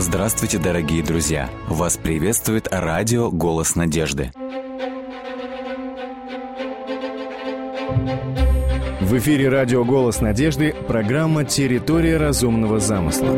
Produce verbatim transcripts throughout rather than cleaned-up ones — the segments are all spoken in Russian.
Здравствуйте, дорогие друзья! Вас приветствует радио «Голос надежды». В эфире радио «Голос надежды» программа «Территория разумного замысла».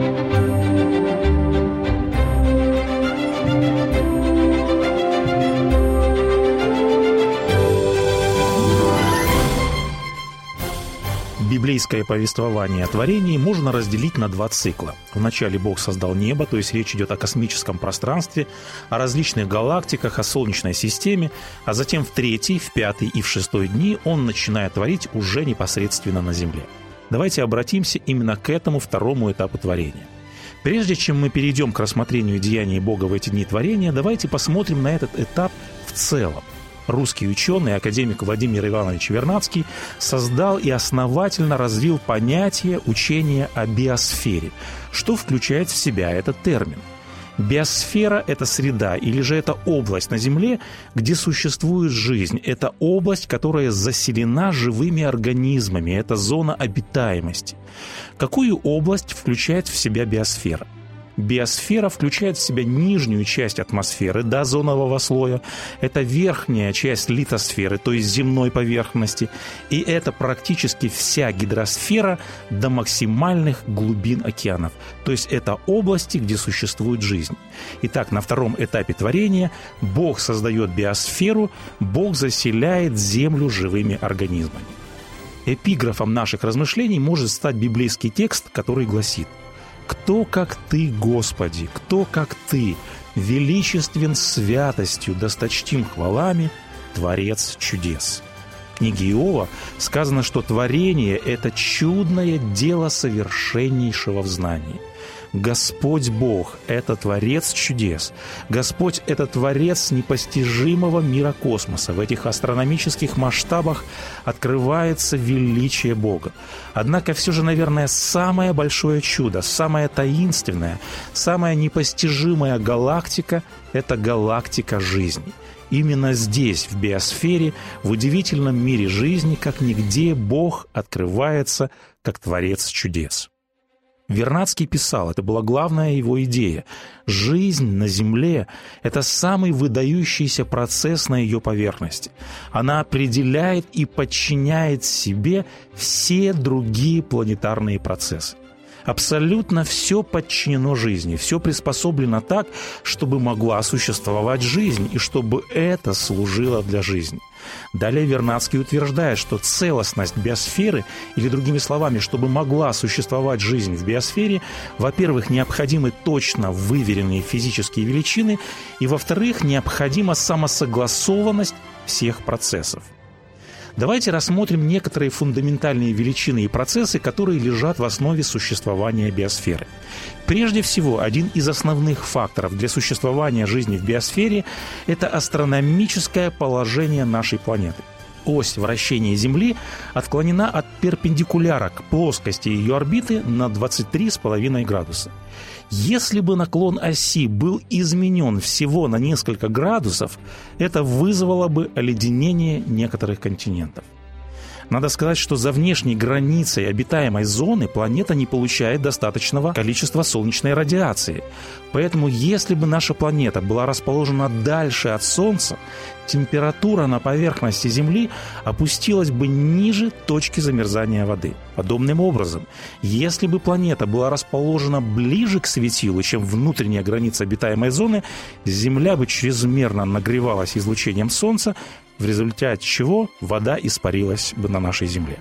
Библейское повествование о творении можно разделить на два цикла. Вначале Бог создал небо, то есть речь идет о космическом пространстве, о различных галактиках, о Солнечной системе, а затем в третий, в пятый и в шестой дни Он начинает творить уже непосредственно на Земле. Давайте обратимся именно к этому второму этапу творения. Прежде чем мы перейдем к рассмотрению деяний Бога в эти дни творения, давайте посмотрим на этот этап в целом. Русский ученый, академик Владимир Иванович Вернадский создал и основательно развил понятие учения о биосфере. Что включает в себя этот термин? Биосфера – это среда, или же это область на Земле, где существует жизнь. Это область, которая заселена живыми организмами, это зона обитаемости. Какую область включает в себя биосфера? Биосфера включает в себя нижнюю часть атмосферы до озонового слоя, это верхняя часть литосферы, то есть земной поверхности, и это практически вся гидросфера до максимальных глубин океанов, то есть это области, где существует жизнь. Итак, на втором этапе творения Бог создает биосферу, Бог заселяет землю живыми организмами. Эпиграфом наших размышлений может стать библейский текст, который гласит: «Кто, как Ты, Господи, кто, как Ты, величествен святостью, досточтим хвалами, Творец чудес». В книге Иова сказано, что творение – это чудное дело совершеннейшего в знании. Господь Бог – это Творец чудес. Господь – это Творец непостижимого мира космоса. В этих астрономических масштабах открывается величие Бога. Однако все же, наверное, самое большое чудо, самое таинственное, самая непостижимая галактика – это галактика жизни. Именно здесь, в биосфере, в удивительном мире жизни, как нигде, Бог открывается как Творец чудес. Вернадский писал, это была главная его идея. Жизнь на Земле – это самый выдающийся процесс на ее поверхности. Она определяет и подчиняет себе все другие планетарные процессы. Абсолютно все подчинено жизни, все приспособлено так, чтобы могла существовать жизнь и чтобы это служило для жизни. Далее Вернадский утверждает, что целостность биосферы, или другими словами, чтобы могла существовать жизнь в биосфере, во-первых, необходимы точно выверенные физические величины, и, во-вторых, необходима самосогласованность всех процессов. Давайте рассмотрим некоторые фундаментальные величины и процессы, которые лежат в основе существования биосферы. Прежде всего, один из основных факторов для существования жизни в биосфере – это астрономическое положение нашей планеты. Ось вращения Земли отклонена от перпендикуляра к плоскости ее орбиты на двадцать три целых пять десятых градуса. Если бы наклон оси был изменен всего на несколько градусов, это вызвало бы оледенение некоторых континентов. Надо сказать, что за внешней границей обитаемой зоны планета не получает достаточного количества солнечной радиации. Поэтому, если бы наша планета была расположена дальше от Солнца, температура на поверхности Земли опустилась бы ниже точки замерзания воды. Подобным образом, если бы планета была расположена ближе к светилу, чем внутренняя граница обитаемой зоны, Земля бы чрезмерно нагревалась излучением Солнца, в результате чего вода испарилась бы на нашей Земле.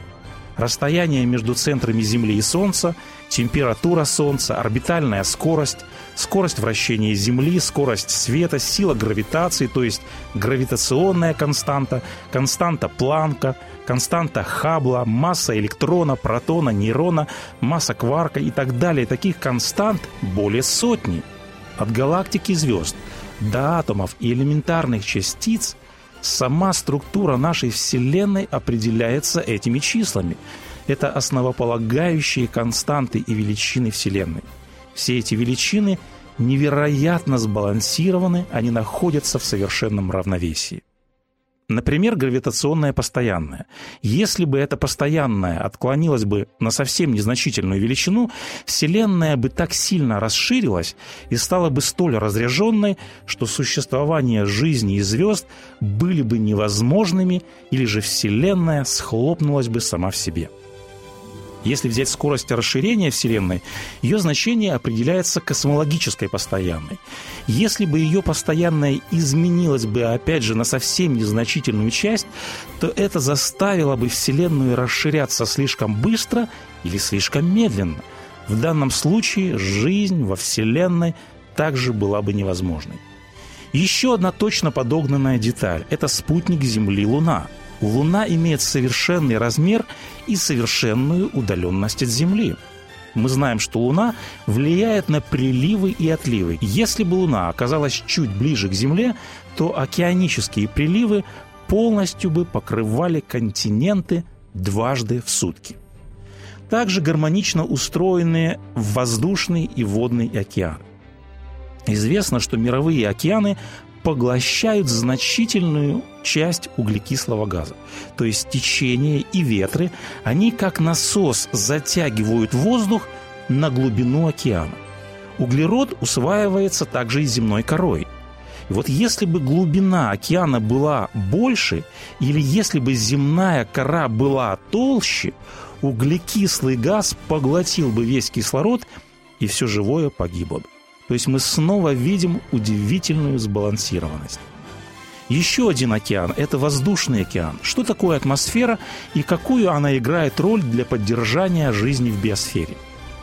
Расстояние между центрами Земли и Солнца, температура Солнца, орбитальная скорость, скорость вращения Земли, скорость света, сила гравитации, то есть гравитационная константа, константа Планка, константа Хаббла, масса электрона, протона, нейрона, масса кварка и так далее. Таких констант более сотни. От галактики звезд до атомов и элементарных частиц сама структура нашей Вселенной определяется этими числами. Это основополагающие константы и величины Вселенной. Все эти величины невероятно сбалансированы, они находятся в совершенном равновесии. Например, гравитационное постоянное. Если бы это постоянное отклонилось бы на совсем незначительную величину, Вселенная бы так сильно расширилась и стала бы столь разряженной, что существование жизни и звезд были бы невозможными, или же Вселенная схлопнулась бы сама в себе. Если взять скорость расширения Вселенной, ее значение определяется космологической постоянной. Если бы ее постоянная изменилась бы, опять же, на совсем незначительную часть, то это заставило бы Вселенную расширяться слишком быстро или слишком медленно. В данном случае жизнь во Вселенной также была бы невозможной. Еще одна точно подогнанная деталь – это спутник Земли Луна. Луна имеет совершенный размер и совершенную удаленность от Земли. Мы знаем, что Луна влияет на приливы и отливы. Если бы Луна оказалась чуть ближе к Земле, то океанические приливы полностью бы покрывали континенты дважды в сутки. Также гармонично устроены воздушный и водный океан. Известно, что мировые океаны поглощают значительную часть углекислого газа. То есть течения и ветры, они как насос затягивают воздух на глубину океана. Углерод усваивается также и земной корой. И вот если бы глубина океана была больше, или если бы земная кора была толще, углекислый газ поглотил бы весь кислород, и все живое погибло бы. То есть мы снова видим удивительную сбалансированность. Еще один океан – это воздушный океан. Что такое атмосфера и какую она играет роль для поддержания жизни в биосфере?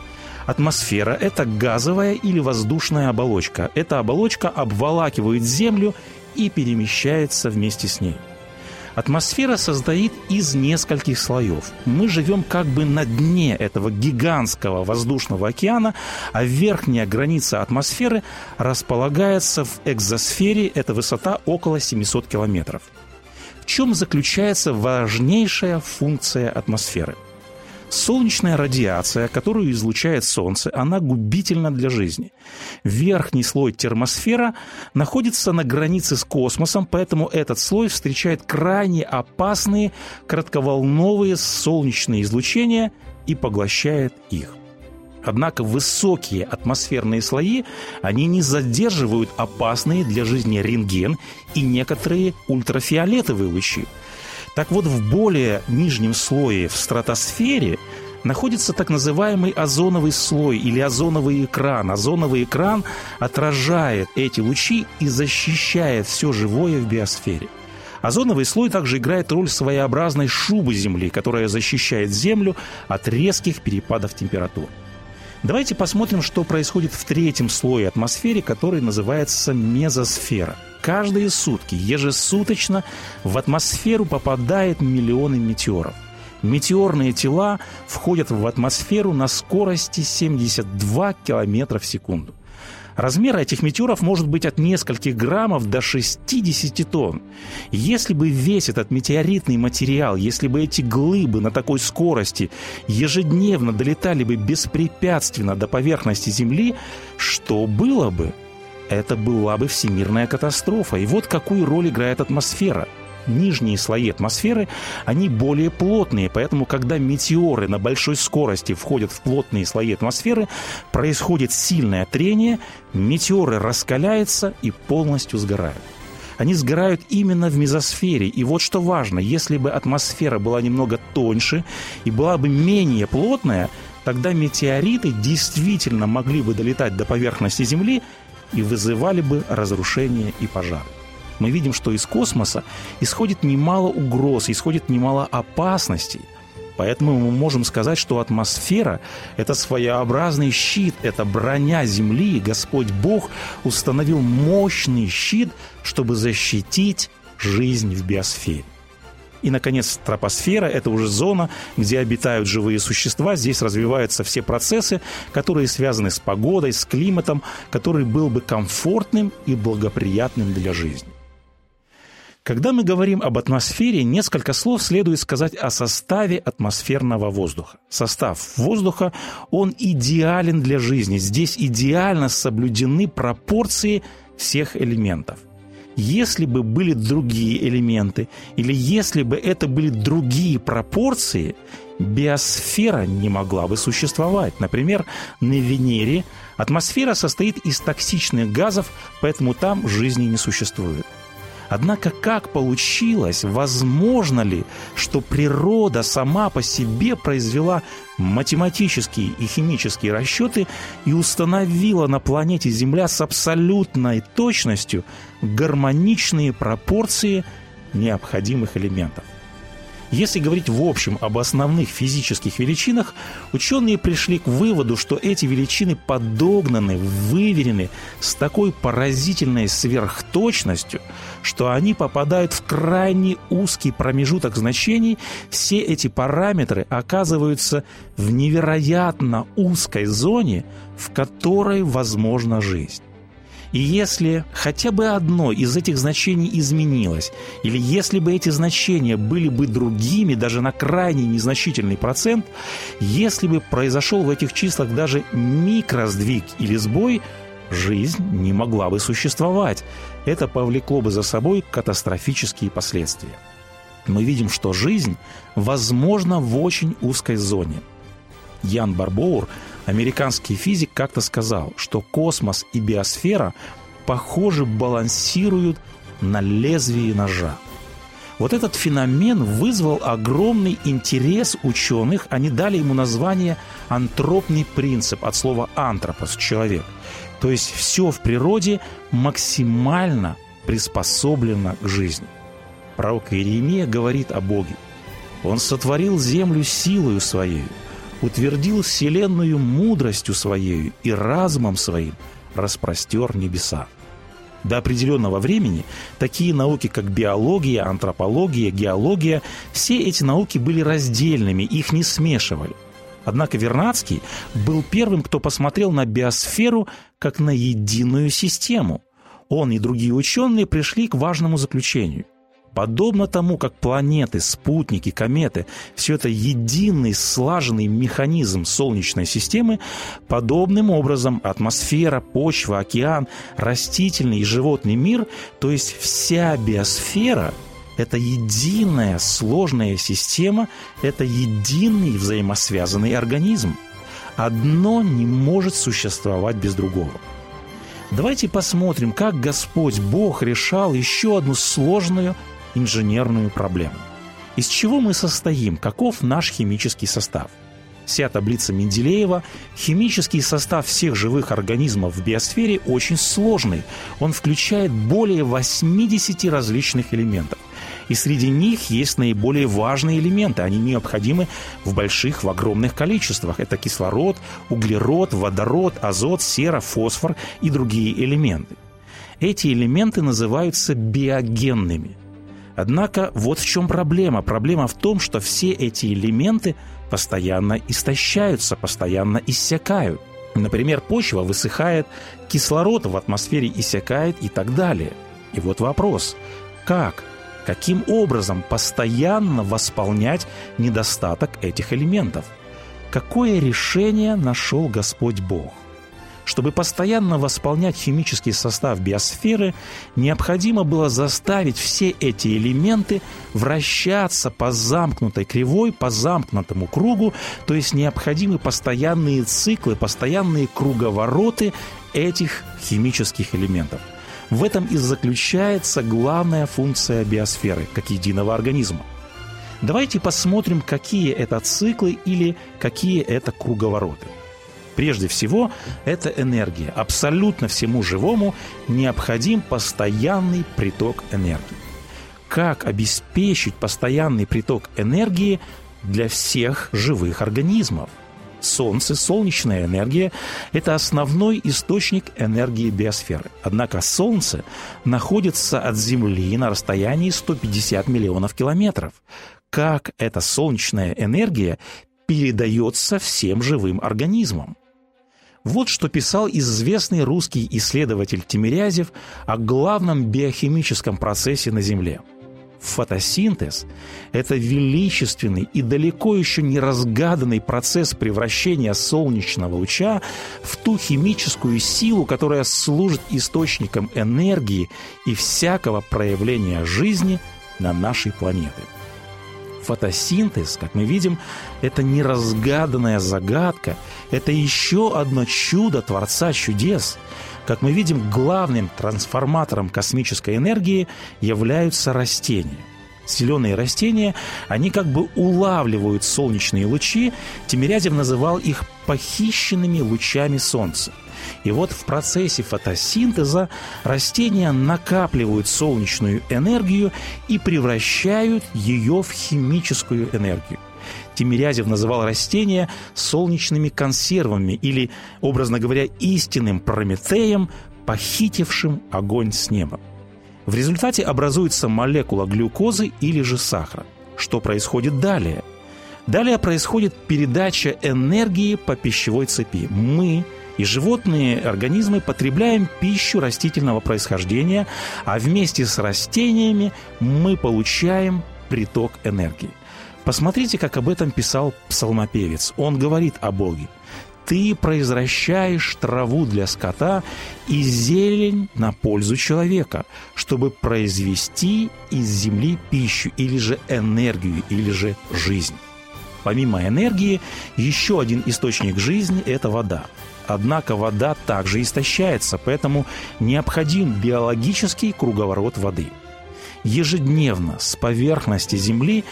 Атмосфера – это газовая или воздушная оболочка. Эта оболочка обволакивает Землю и перемещается вместе с ней. Атмосфера состоит из нескольких слоев. Мы живем как бы на дне этого гигантского воздушного океана, а верхняя граница атмосферы располагается в экзосфере, это высота около семьсот километров. В чем заключается важнейшая функция атмосферы? Солнечная радиация, которую излучает Солнце, она губительна для жизни. Верхний слой термосфера находится на границе с космосом, поэтому этот слой встречает крайне опасные кратковолновые солнечные излучения и поглощает их. Однако высокие атмосферные слои, они не задерживают опасные для жизни рентген и некоторые ультрафиолетовые лучи. Так вот, в более нижнем слое, в стратосфере, находится так называемый озоновый слой или озоновый экран. Озоновый экран отражает эти лучи и защищает все живое в биосфере. Озоновый слой также играет роль своеобразной шубы Земли, которая защищает Землю от резких перепадов температур. Давайте посмотрим, что происходит в третьем слое атмосферы, который называется мезосфера. Каждые сутки, ежесуточно в атмосферу попадает миллионы метеоров. Метеорные тела входят в атмосферу на скорости семьдесят два километра в секунду. Размер этих метеоров может быть от нескольких граммов до шестидесяти тонн. Если бы весь этот метеоритный материал, если бы эти глыбы на такой скорости ежедневно долетали бы беспрепятственно до поверхности Земли, что было бы? Это была бы всемирная катастрофа. И вот какую роль играет атмосфера. Нижние слои атмосферы, они более плотные, поэтому, когда метеоры на большой скорости входят в плотные слои атмосферы, происходит сильное трение, метеоры раскаляются и полностью сгорают. Они сгорают именно в мезосфере. И вот что важно, если бы атмосфера была немного тоньше и была бы менее плотная, тогда метеориты действительно могли бы долетать до поверхности Земли и вызывали бы разрушения и пожары. Мы видим, что из космоса исходит немало угроз, исходит немало опасностей. Поэтому мы можем сказать, что атмосфера – это своеобразный щит, это броня Земли, и Господь Бог установил мощный щит, чтобы защитить жизнь в биосфере. И, наконец, тропосфера – это уже зона, где обитают живые существа. Здесь развиваются все процессы, которые связаны с погодой, с климатом, который был бы комфортным и благоприятным для жизни. Когда мы говорим об атмосфере, несколько слов следует сказать о составе атмосферного воздуха. Состав воздуха, он идеален для жизни. Здесь идеально соблюдены пропорции всех элементов. если бы были другие элементы, или если бы это были другие пропорции, биосфера не могла бы существовать. Например, на Венере атмосфера состоит из токсичных газов, поэтому там жизни не существует. Однако как получилось, возможно ли, что природа сама по себе произвела математические и химические расчеты и установила на планете Земля с абсолютной точностью гармоничные пропорции необходимых элементов? Если говорить в общем об основных физических величинах, ученые пришли к выводу, что эти величины подогнаны, выверены с такой поразительной сверхточностью, что они попадают в крайне узкий промежуток значений. Все эти параметры оказываются в невероятно узкой зоне, в которой возможна жизнь. И если хотя бы одно из этих значений изменилось, или если бы эти значения были бы другими даже на крайне незначительный процент, если бы произошел в этих числах даже микросдвиг или сбой, жизнь не могла бы существовать. Это повлекло бы за собой катастрофические последствия. Мы видим, что жизнь возможна в очень узкой зоне. Ян Барбоур, американский физик, как-то сказал, что космос и биосфера, похоже, балансируют на лезвии ножа. Вот этот феномен вызвал огромный интерес ученых. Они дали ему название антропный принцип, от слова «антропос» – «человек». То есть все в природе максимально приспособлено к жизни. Пророк Иеремия говорит о Боге. «Он сотворил землю силою Своею, утвердил вселенную мудростью Своею и разумом Своим распростер небеса». До определенного времени такие науки, как биология, антропология, геология, все эти науки были раздельными, их не смешивали. Однако Вернадский был первым, кто посмотрел на биосферу как на единую систему. Он и другие ученые пришли к важному заключению. Подобно тому, как планеты, спутники, кометы – все это единый слаженный механизм Солнечной системы, подобным образом атмосфера, почва, океан, растительный и животный мир, то есть вся биосфера – это единая сложная система, это единый взаимосвязанный организм. Одно не может существовать без другого. Давайте посмотрим, как Господь Бог решал еще одну сложную инженерную проблему. Из чего мы состоим? Каков наш химический состав? Вся таблица Менделеева. Химический состав всех живых организмов в биосфере очень сложный. Он включает более восьмидесяти различных элементов. И среди них есть наиболее важные элементы. Они необходимы в больших, в огромных количествах. Это кислород, углерод, водород, азот, сера, фосфор и другие элементы. Эти элементы называются биогенными. Однако вот в чем проблема. Проблема в том, что все эти элементы постоянно истощаются, постоянно иссякают. Например, почва высыхает, кислород в атмосфере иссякает и так далее. И вот вопрос: как, каким образом постоянно восполнять недостаток этих элементов? Какое решение нашел Господь Бог? Чтобы постоянно восполнять химический состав биосферы, необходимо было заставить все эти элементы вращаться по замкнутой кривой, по замкнутому кругу, то есть необходимы постоянные циклы, постоянные круговороты этих химических элементов. В этом и заключается главная функция биосферы, как единого организма. Давайте посмотрим, какие это циклы или какие это круговороты. Прежде всего, это энергия. Абсолютно всему живому необходим постоянный приток энергии. Как обеспечить постоянный приток энергии для всех живых организмов? Солнце, солнечная энергия – это основной источник энергии биосферы. Однако Солнце находится от Земли на расстоянии сто пятьдесят миллионов километров. Как эта солнечная энергия передается всем живым организмам? Вот что писал известный русский исследователь Тимирязев о главном биохимическом процессе на Земле. Фотосинтез – это величественный и далеко еще не разгаданный процесс превращения солнечного луча в ту химическую силу, которая служит источником энергии и всякого проявления жизни на нашей планете. Фотосинтез, как мы видим, это неразгаданная загадка, это еще одно чудо Творца чудес. Как мы видим, главным трансформатором космической энергии являются растения. Зеленые растения, они как бы улавливают солнечные лучи. Тимирязев называл их похищенными лучами Солнца. И вот в процессе фотосинтеза растения накапливают солнечную энергию и превращают ее в химическую энергию. Тимирязев называл растения солнечными консервами или, образно говоря, истинным Прометеем, похитившим огонь с неба. В результате образуется молекула глюкозы или же сахара. Что происходит далее? Далее происходит передача энергии по пищевой цепи. Мы и животные организмы потребляем пищу растительного происхождения, а вместе с растениями мы получаем приток энергии. Посмотрите, как об этом писал псалмопевец. Он говорит о Боге: «Ты произвращаешь траву для скота и зелень на пользу человека, чтобы произвести из земли пищу, или же энергию, или же жизнь». Помимо энергии, еще один источник жизни – это вода. Однако вода также истощается, поэтому необходим биологический круговорот воды. Ежедневно с поверхности Земли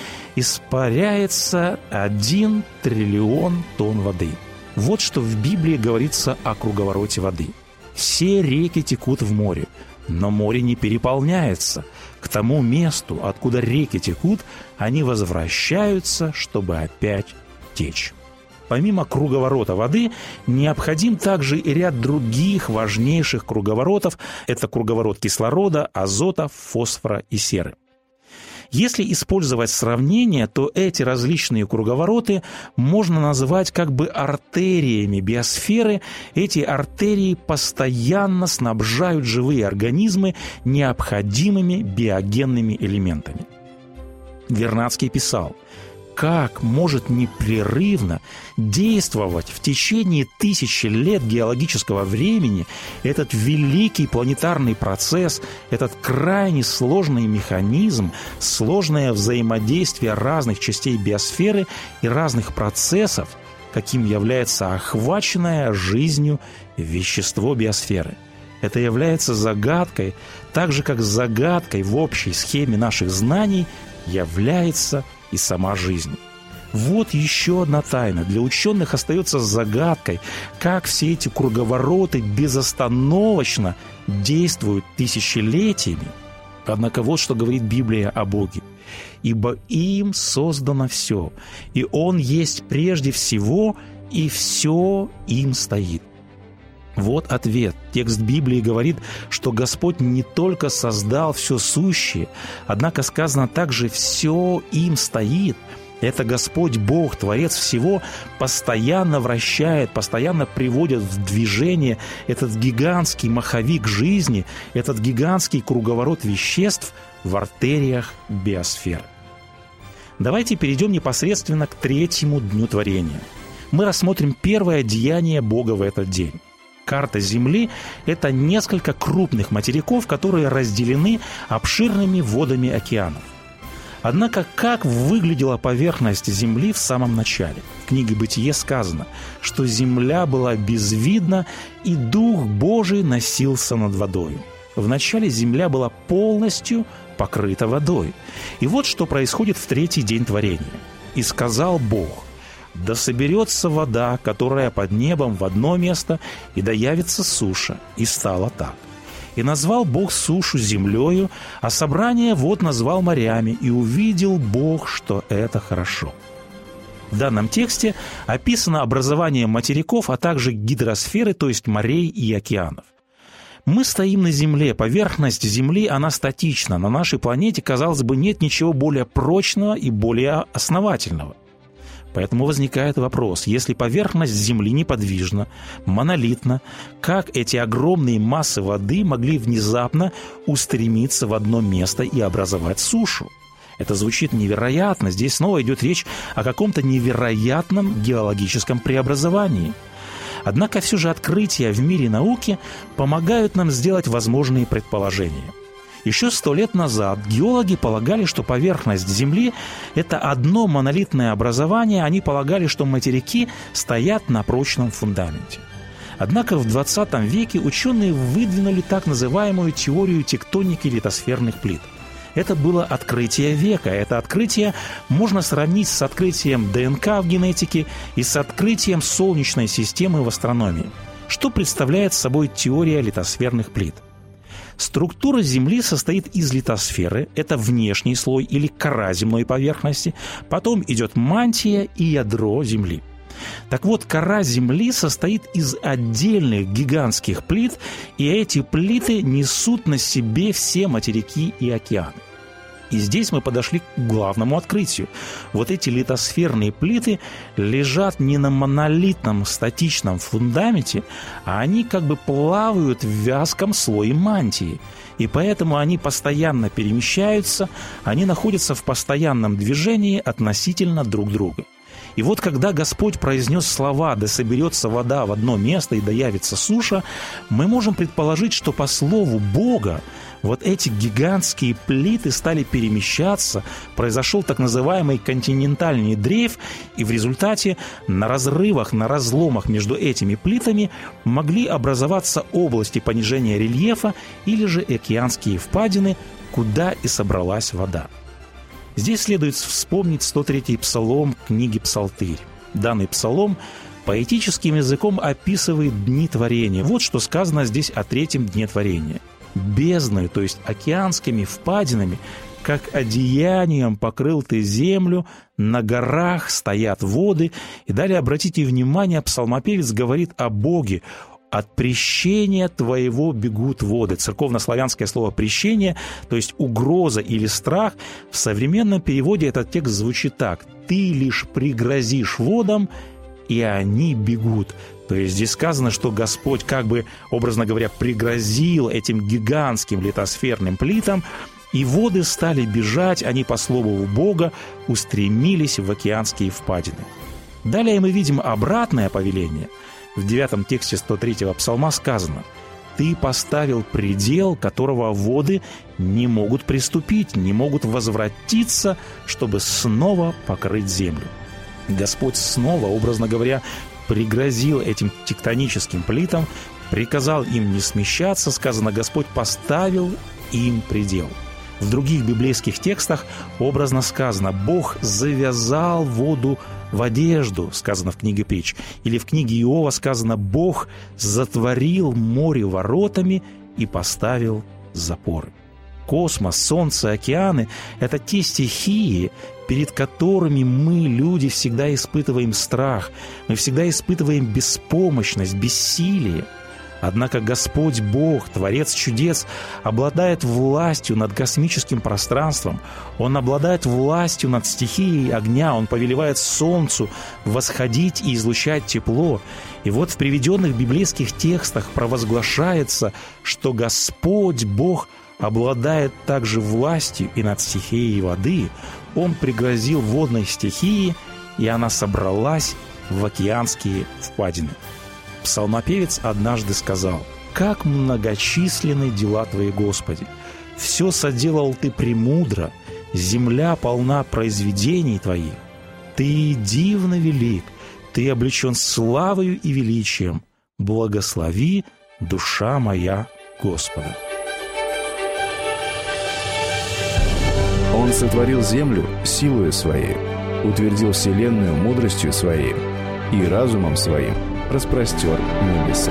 испаряется один триллион тонн воды. Вот что в Библии говорится о круговороте воды. Все реки текут в море, но море не переполняется. К тому месту, откуда реки текут, они возвращаются, чтобы опять течь. Помимо круговорота воды, необходим также и ряд других важнейших круговоротов. Это круговорот кислорода, азота, фосфора и серы. Если использовать сравнение, то эти различные круговороты можно назвать как бы артериями биосферы. Эти артерии постоянно снабжают живые организмы необходимыми биогенными элементами. Вернадский писал: как может непрерывно действовать в течение тысячи лет геологического времени этот великий планетарный процесс, этот крайне сложный механизм, сложное взаимодействие разных частей биосферы и разных процессов, каким является охваченное жизнью вещество биосферы. Это является загадкой, так же, как загадкой в общей схеме наших знаний является и сама жизнь. Вот еще одна тайна. Для ученых остается загадкой, как все эти круговороты безостановочно действуют тысячелетиями. Однако вот что говорит Библия о Боге: «Ибо им создано все, и Он есть прежде всего, и все им стоит». Вот ответ. Текст Библии говорит, что Господь не только создал все сущее, однако сказано также «все им стоит». Это Господь Бог, Творец всего, постоянно вращает, постоянно приводит в движение этот гигантский маховик жизни, этот гигантский круговорот веществ в артериях биосферы. Давайте перейдем непосредственно к третьему дню творения. Мы рассмотрим первое деяние Бога в этот день. Карта Земли – это несколько крупных материков, которые разделены обширными водами океанов. Однако, как выглядела поверхность Земли в самом начале? В книге «Бытие» сказано, что земля была безвидна, и Дух Божий носился над водой. Вначале земля была полностью покрыта водой. И вот что происходит в третий день творения. «И сказал Бог: да соберется вода, которая под небом, в одно место, и да явится суша. И стало так. И назвал Бог сушу землею, а собрание вод назвал морями, и увидел Бог, что это хорошо». В данном тексте описано образование материков, а также гидросферы, то есть морей и океанов. Мы стоим на Земле, поверхность Земли, она статична. На нашей планете, казалось бы, нет ничего более прочного и более основательного. Поэтому возникает вопрос, если поверхность Земли неподвижна, монолитна, как эти огромные массы воды могли внезапно устремиться в одно место и образовать сушу? Это звучит невероятно. Здесь снова идет речь о каком-то невероятном геологическом преобразовании. Однако все же открытия в мире науки помогают нам сделать возможные предположения. Еще сто лет назад геологи полагали, что поверхность Земли – это одно монолитное образование, они полагали, что материки стоят на прочном фундаменте. Однако в двадцатом веке ученые выдвинули так называемую теорию тектоники литосферных плит. Это было открытие века. Это открытие можно сравнить с открытием ДНК в генетике и с открытием Солнечной системы в астрономии. Что представляет собой теория литосферных плит? Структура Земли состоит из литосферы, это внешний слой или кора земной поверхности, потом идет мантия и ядро Земли. Так вот, кора Земли состоит из отдельных гигантских плит, и эти плиты несут на себе все материки и океаны. И здесь мы подошли к главному открытию. Вот эти литосферные плиты лежат не на монолитном статичном фундаменте, а они как бы плавают в вязком слое мантии. И поэтому они постоянно перемещаются, они находятся в постоянном движении относительно друг друга. И вот когда Господь произнес слова «да соберется вода в одно место и да явится суша», мы можем предположить, что по слову Бога вот эти гигантские плиты стали перемещаться, произошел так называемый континентальный дрейф, и в результате на разрывах, на разломах между этими плитами могли образоваться области понижения рельефа или же океанские впадины, куда и собралась вода. Здесь следует вспомнить сто третий псалом книги «Псалтырь». Данный псалом поэтическим языком описывает дни творения. Вот что сказано здесь о третьем дне творения. «Бездною», то есть океанскими впадинами, как одеянием покрыл ты землю, на горах стоят воды». И далее обратите внимание, псалмопевец говорит о Боге. «От прещения твоего бегут воды». Церковнославянское слово «прещение», то есть угроза или страх. В современном переводе этот текст звучит так: «Ты лишь пригрозишь водам, и они бегут». То есть здесь сказано, что Господь, как бы, образно говоря, пригрозил этим гигантским литосферным плитам, и воды стали бежать, они, по слову Бога, устремились в океанские впадины. Далее мы видим обратное повеление. В девятом тексте сто третьего псалма сказано: «Ты поставил предел, которого воды не могут приступить, не могут возвратиться, чтобы снова покрыть землю». Господь снова, образно говоря, пригрозил этим тектоническим плитам, приказал им не смещаться, сказано, Господь поставил им предел. В других библейских текстах образно сказано: «Бог завязал воду в одежду», сказано в книге Притч. Или в книге Иова сказано: «Бог затворил море воротами и поставил запоры». Космос, солнце, океаны – это те стихии, перед которыми мы, люди, всегда испытываем страх, мы всегда испытываем беспомощность, бессилие. Однако Господь Бог, Творец чудес, обладает властью над космическим пространством. Он обладает властью над стихией огня. Он повелевает солнцу восходить и излучать тепло. И вот в приведенных библейских текстах провозглашается, что Господь Бог обладает также властью и над стихией воды. Он пригрозил водной стихии, и она собралась в океанские впадины. Псалмопевец однажды сказал: «Как многочисленны дела Твои, Господи! Все соделал Ты премудро, земля полна произведений Твоих. Ты дивно велик, Ты облечен славою и величием. Благослови, душа моя, Господа». Он сотворил землю силою Своей, утвердил вселенную мудростью Своей и разумом Своим распростер небеса.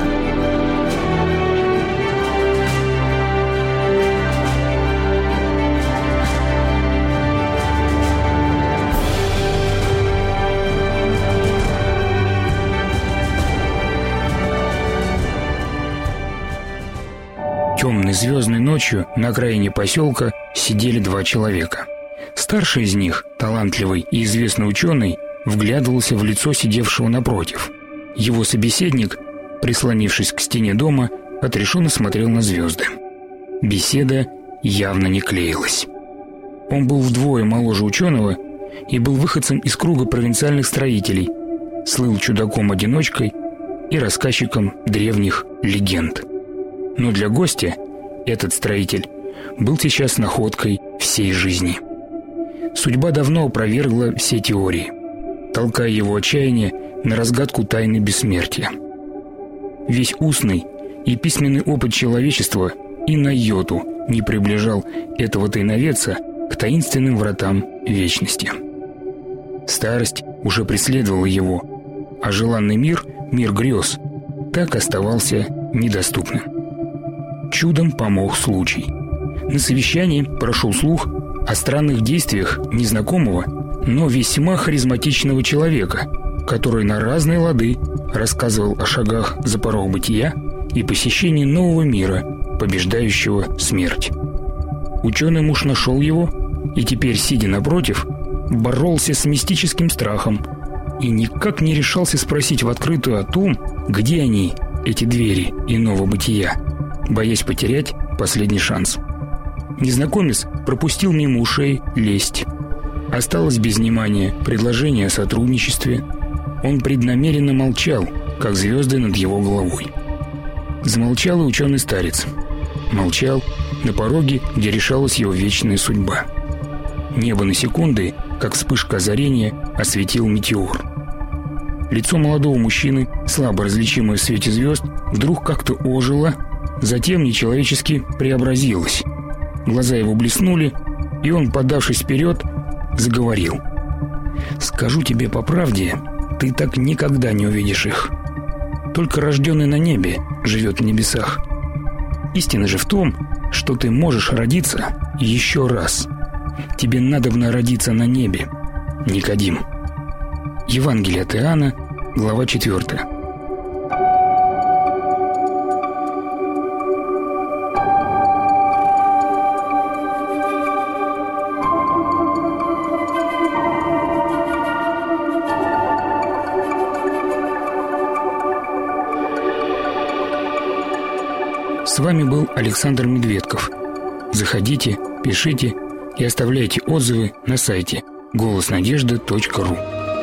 Темной звездной ночью на окраине поселка сидели два человека. Старший из них, талантливый и известный ученый, вглядывался в лицо сидевшего напротив. Его собеседник, прислонившись к стене дома, отрешенно смотрел на звезды. Беседа явно не клеилась. Он был вдвое моложе ученого и был выходцем из круга провинциальных строителей, слыл чудаком-одиночкой и рассказчиком древних легенд. Но для гостя этот строитель был сейчас находкой всей жизни. Судьба давно опровергла все теории, толкая его отчаяние на разгадку тайны бессмертия. Весь устный и письменный опыт человечества и на йоту не приближал этого тайноведца к таинственным вратам вечности. Старость уже преследовала его, а желанный мир, мир грез, так оставался недоступным. Чудом помог случай. На совещании прошел слух о странных действиях незнакомого, но весьма харизматичного человека, который на разные лады рассказывал о шагах за порог бытия и посещении нового мира, побеждающего смерть. Ученый муж нашел его и теперь, сидя напротив, боролся с мистическим страхом и никак не решался спросить в открытую о том, где они, эти двери иного бытия, боясь потерять последний шанс. Незнакомец пропустил мимо ушей лесть. Осталось без внимания предложение о сотрудничестве. Он преднамеренно молчал, как звезды над его головой. Замолчал и ученый старец. Молчал на пороге, где решалась его вечная судьба. Небо на секунды, как вспышка озарения, осветил метеор. Лицо молодого мужчины, слабо различимое в свете звезд, вдруг как-то ожило, затем нечеловечески преобразилось. Глаза его блеснули, и он, подавшись вперед, заговорил. «Скажу тебе по правде, ты так никогда не увидишь их. Только рожденный на небе живет в небесах. Истина же в том, что ты можешь родиться еще раз. Тебе надобно родиться на небе, Никодим». Евангелие от Иоанна, глава четвёртая. С вами был Александр Медведков. Заходите, пишите и оставляйте отзывы на сайте голос надежды точка ру.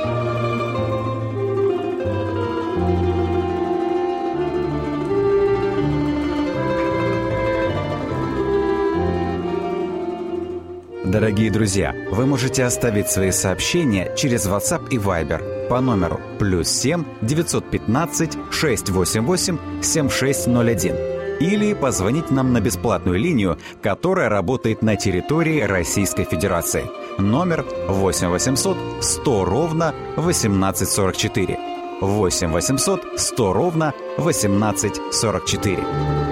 Дорогие друзья, вы можете оставить свои сообщения через WhatsApp и Viber по номеру плюс семь девятьсот пятнадцать шестьсот восемьдесят восемь семьдесят шесть ноль один или позвонить нам на бесплатную линию, которая работает на территории Российской Федерации. Номер восемь восемьсот сто ровно восемнадцать сорок четыре. восемь восемьсот сто ровно восемнадцать сорок четыре.